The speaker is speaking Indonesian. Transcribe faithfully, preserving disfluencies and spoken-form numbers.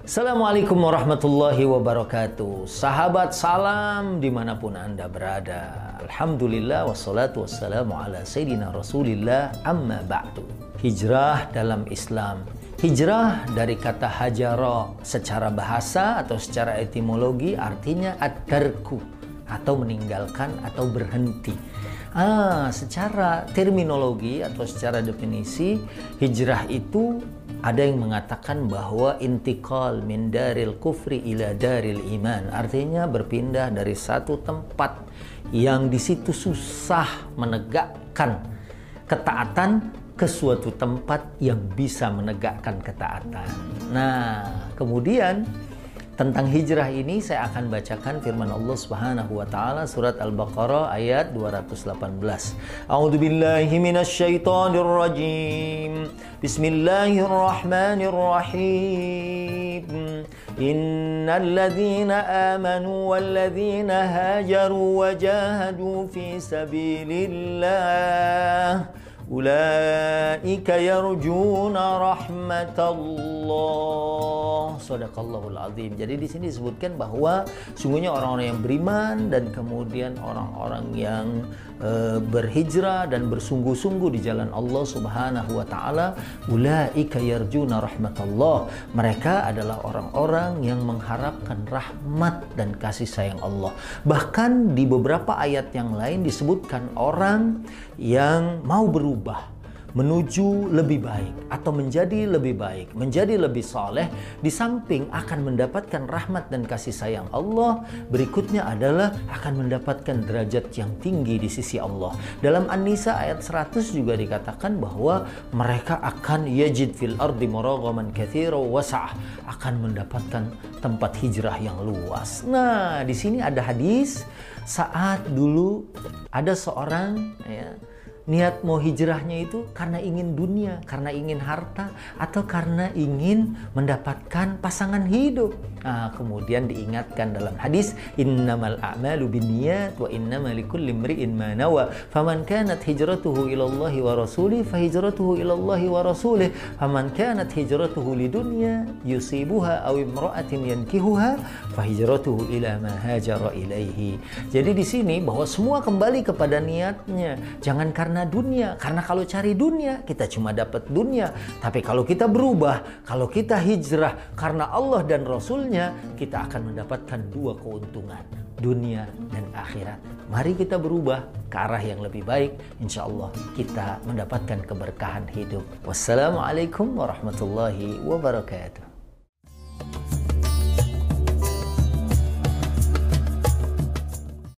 Assalamualaikum warahmatullahi wabarakatuh. Sahabat salam dimanapun Anda berada. Alhamdulillah wassalatu wassalamu ala sayyidina rasulillah amma ba'du. Hijrah dalam Islam. Hijrah dari kata hajara secara bahasa atau secara etimologi artinya ad-darku atau meninggalkan atau berhenti. Ah, secara terminologi atau secara definisi, hijrah itu ada yang mengatakan bahwa intikal min daril kufri ila daril iman, artinya berpindah dari satu tempat yang di situ susah menegakkan ketaatan ke suatu tempat yang bisa menegakkan ketaatan. Nah, kemudian tentang hijrah ini saya akan bacakan firman Allah Subhanahu wa taala surat Al-Baqarah ayat dua ratus delapan belas. A'udzubillahi minasyaitonir rajim. Bismillahirrahmanirrahim. Innal ladzina amanu wal ladzina hajaru wa jahadu fi sabilillah ulaika yarjuna rahmatallah. Shadaqallahul azim. Jadi di sini disebutkan bahwa sungguhnya orang-orang yang beriman dan kemudian orang-orang yang e, berhijrah dan bersungguh-sungguh di jalan Allah Subhanahu wa taala, ulaika yarjuna rahmatallah. Mereka adalah orang-orang yang mengharapkan rahmat dan kasih sayang Allah. Bahkan di beberapa ayat yang lain disebutkan orang yang mau berubah menuju lebih baik atau menjadi lebih baik, menjadi lebih saleh, di samping akan mendapatkan rahmat dan kasih sayang Allah, berikutnya adalah akan mendapatkan derajat yang tinggi di sisi Allah. Dalam An-Nisa ayat seratus juga dikatakan bahwa mereka akan yajid fil ardi muraghaman katsira wasa'ah, akan mendapatkan tempat hijrah yang luas. Nah, di sini ada hadis saat dulu ada seorang ya, niat mau hijrahnya itu karena ingin dunia, karena ingin harta, atau karena ingin mendapatkan pasangan hidup. Nah, kemudian diingatkan dalam hadis, innamal a'malu binniyat wa innamal likulli imri'in ma nawa. Faman kanat hijratuhu ilallahi wa rasulih fa hijratuhu ilallahi wa rasulih. Faman kanat hijratuhu lidunya yusibuha aw imra'atin yankihuha fa hijratuhu ila ma hajara ilaihi. Jadi di sini bahwa semua kembali kepada niatnya. Jangan karena dunia, karena kalau cari dunia kita cuma dapat dunia, tapi kalau kita berubah, kalau kita hijrah karena Allah dan Rasulnya, kita akan mendapatkan dua keuntungan, dunia dan akhirat. Mari kita berubah ke arah yang lebih baik, insya Allah kita mendapatkan keberkahan hidup. Wassalamualaikum warahmatullahi wabarakatuh.